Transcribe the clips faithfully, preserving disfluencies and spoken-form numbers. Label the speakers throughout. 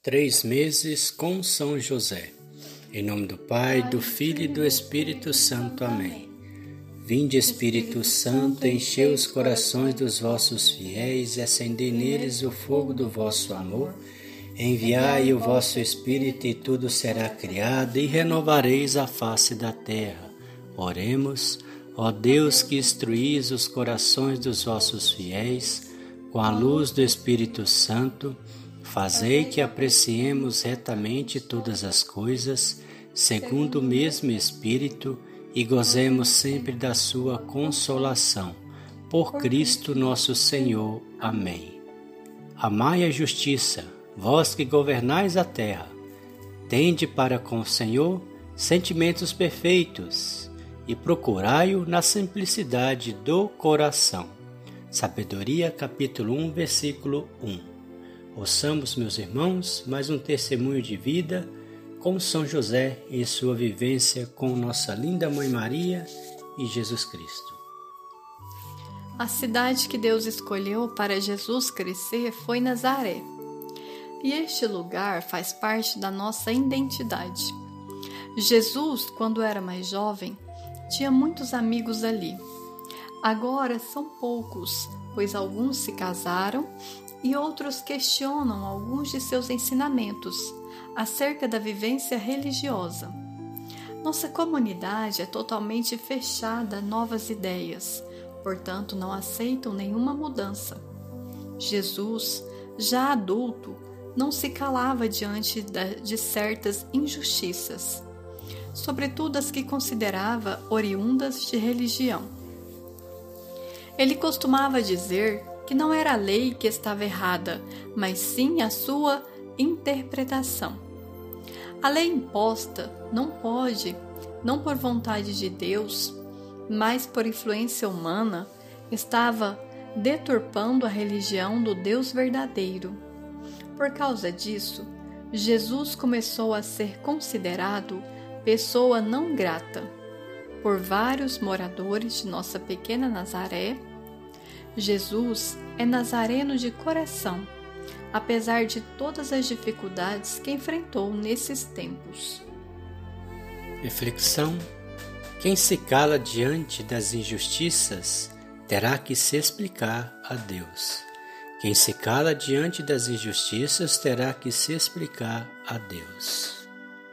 Speaker 1: Três meses com São José. Em nome do Pai, do Filho e do Espírito Santo. Amém. Vinde, Espírito Santo, enchei os corações dos vossos fiéis e acendei neles o fogo do vosso amor. Enviai o vosso Espírito e tudo será criado e renovareis a face da terra. Oremos, ó Deus que instruís os corações dos vossos fiéis com a luz do Espírito Santo, fazei que apreciemos retamente todas as coisas, segundo o mesmo Espírito, e gozemos sempre da sua consolação. Por Cristo nosso Senhor. Amém. Amai a justiça, vós que governais a terra. Tende para com o Senhor sentimentos perfeitos, e procurai-o na simplicidade do coração. Sabedoria, capítulo um, versículo um. Ouçamos, meus irmãos, mais um testemunho de vida com São José e sua vivência com nossa linda Mãe Maria e Jesus Cristo.
Speaker 2: A cidade que Deus escolheu para Jesus crescer foi Nazaré. E este lugar faz parte da nossa identidade. Jesus, quando era mais jovem, tinha muitos amigos ali. Agora são poucos, pois alguns se casaram e outros questionam alguns de seus ensinamentos acerca da vivência religiosa. Nossa comunidade é totalmente fechada a novas ideias, portanto não aceitam nenhuma mudança. Jesus, já adulto, não se calava diante de certas injustiças, sobretudo as que considerava oriundas de religião. Ele costumava dizer que não era a lei que estava errada, mas sim a sua interpretação. A lei imposta não pode, não por vontade de Deus, mas por influência humana, estava deturpando a religião do Deus verdadeiro. Por causa disso, Jesus começou a ser considerado pessoa não grata por vários moradores de nossa pequena Nazaré. Jesus é nazareno de coração, apesar de todas as dificuldades que enfrentou nesses tempos.
Speaker 1: Reflexão: quem se cala diante das injustiças terá que se explicar a Deus. Quem se cala diante das injustiças terá que se explicar a Deus.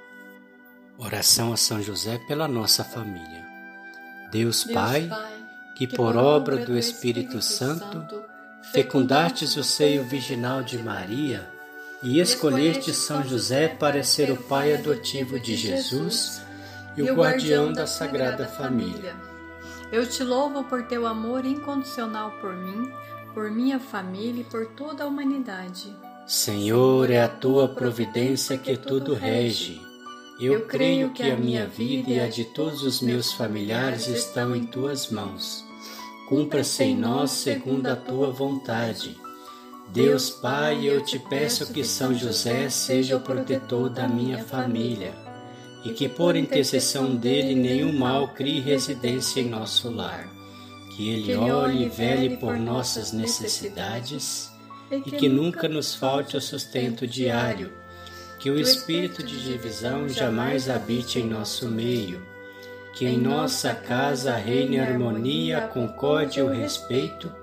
Speaker 1: Oração a São José pela nossa família. Deus,
Speaker 2: Deus
Speaker 1: Pai,
Speaker 2: Pai,
Speaker 1: que por obra do Espírito Santo fecundastes o seio virginal de Maria e escolheste São José para ser o pai adotivo de Jesus e o guardião da Sagrada Família.
Speaker 2: Eu te louvo por teu amor incondicional por mim, por minha família e por toda a humanidade.
Speaker 1: Senhor, é a tua providência que tudo rege. Eu creio que a minha vida e a de todos os meus familiares estão em tuas mãos. Cumpra-se em nós segundo a tua vontade. Deus Pai, eu te peço que São José seja o protetor da minha família e que por intercessão dele nenhum mal crie residência em nosso lar. Que ele olhe e vele por nossas necessidades e que nunca nos falte o sustento diário. Que o espírito de divisão jamais habite em nosso meio. Que em nossa casa reine a harmonia, a concórdia e o respeito,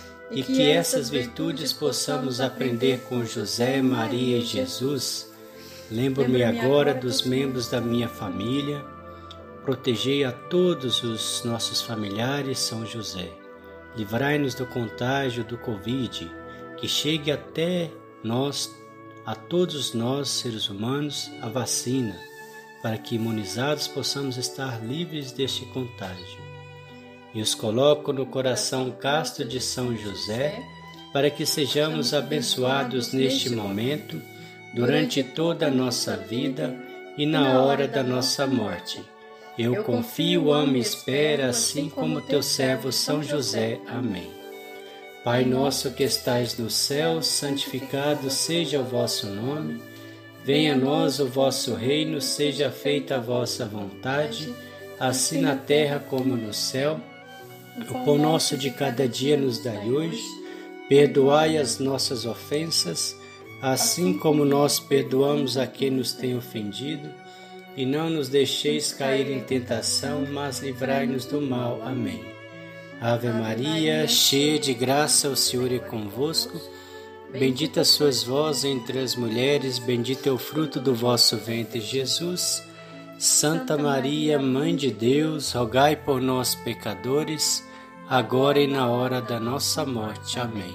Speaker 1: e que essas virtudes possamos aprender com José, Maria e Jesus. Lembro-me agora dos membros da minha família. Protegei a todos os nossos familiares, São José. Livrai-nos do contágio do Covid, que chegue até nós, a todos nós, seres humanos, a vacina, para que, imunizados, possamos estar livres deste contágio. E os coloco no coração casto de São José, para que sejamos abençoados neste momento, durante toda a nossa vida e na hora da nossa morte. Eu confio, amo e espero, assim como teu servo São José. Amém. Pai nosso que estais no céu, santificado seja o vosso nome. Venha a nós o vosso reino, seja feita a vossa vontade, assim na terra como no céu. O pão nosso de cada dia nos dai hoje, perdoai as nossas ofensas, assim como nós perdoamos a quem nos tem ofendido, e não nos deixeis cair em tentação, mas livrai-nos do mal. Amém. Ave Maria, cheia de graça, o Senhor é convosco. Bendita sois vós entre as mulheres, bendito é o fruto do vosso ventre, Jesus. Santa Maria, Mãe de Deus, rogai por nós, pecadores, agora e na hora da nossa morte. Amém.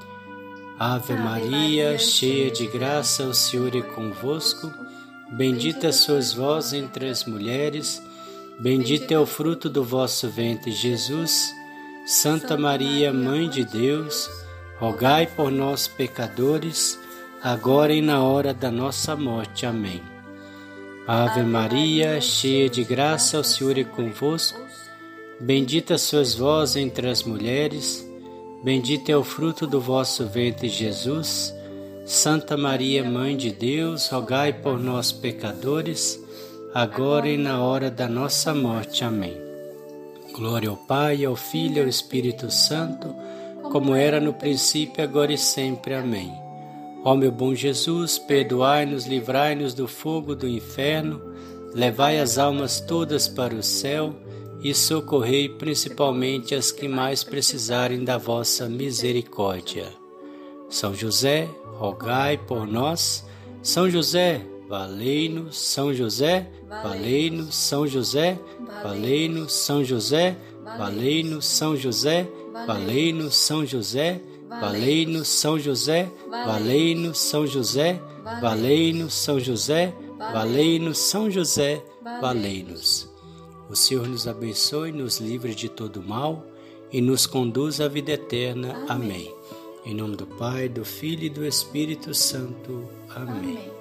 Speaker 1: Ave Maria, cheia de graça, o Senhor é convosco. Bendita sois vós entre as mulheres, bendito é o fruto do vosso ventre, Jesus. Santa Maria, Mãe de Deus, rogai por nós, pecadores, agora e na hora da nossa morte. Amém. Ave Maria, cheia de graça, o Senhor é convosco. Bendita sois vós entre as mulheres, bendito é o fruto do vosso ventre, Jesus. Santa Maria, Mãe de Deus, rogai por nós, pecadores, agora e na hora da nossa morte. Amém. Glória ao Pai, ao Filho e ao Espírito Santo, como era no princípio, agora e sempre. Amém. Ó meu bom Jesus, perdoai-nos, livrai-nos do fogo do inferno, levai as almas todas para o céu e socorrei principalmente as que mais precisarem da vossa misericórdia. São José, rogai por nós. São José, valei-nos. São José, valei-nos. São José, valei-nos. São José, valei-nos. São José, valei-nos. São José, valei-nos. São José, valei-nos. São José, valei-nos. São José, valei-nos. São José, valei-nos. O Senhor nos abençoe, nos livre de todo mal e nos conduz à vida eterna. Amém. Em nome do Pai, do Filho e do Espírito Santo. Amém. Amém.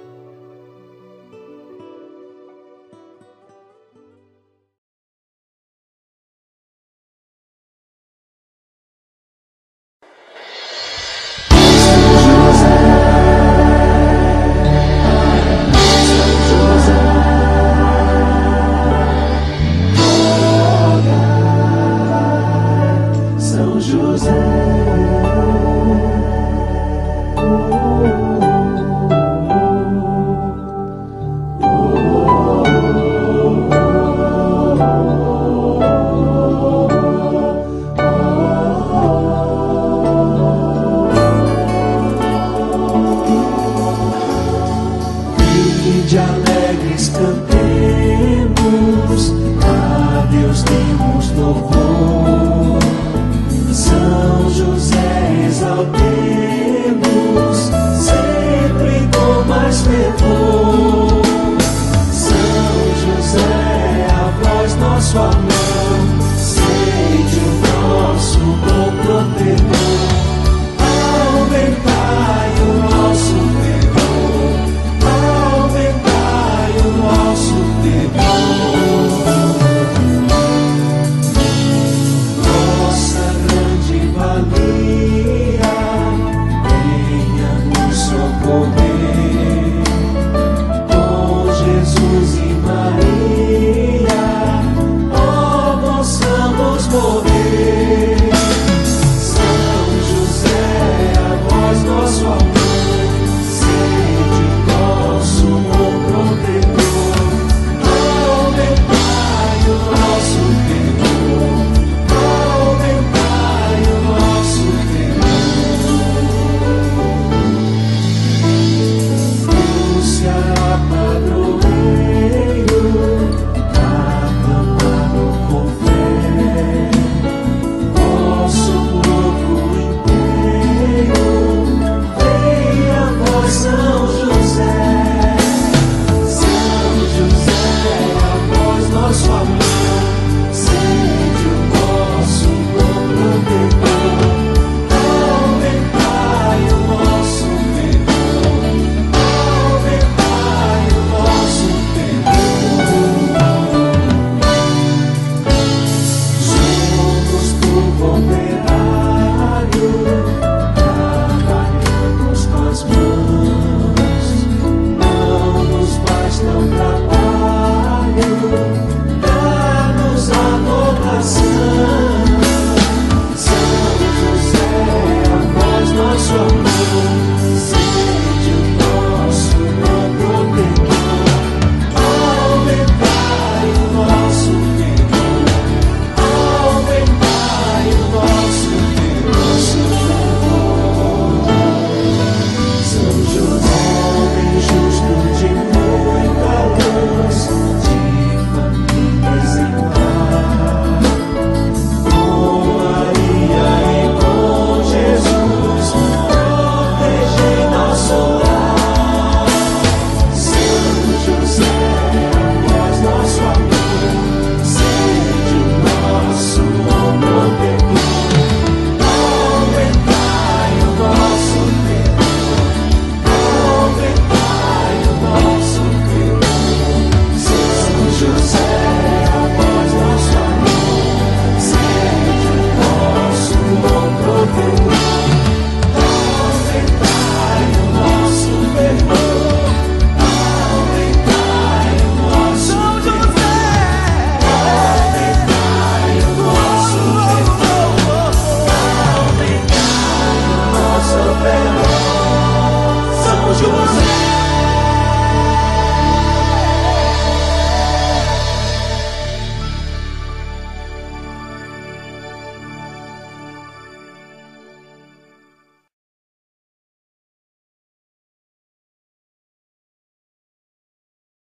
Speaker 3: De alegres cantemos, a Deus demos louvor. São José exaltemos, sempre com mais fervor.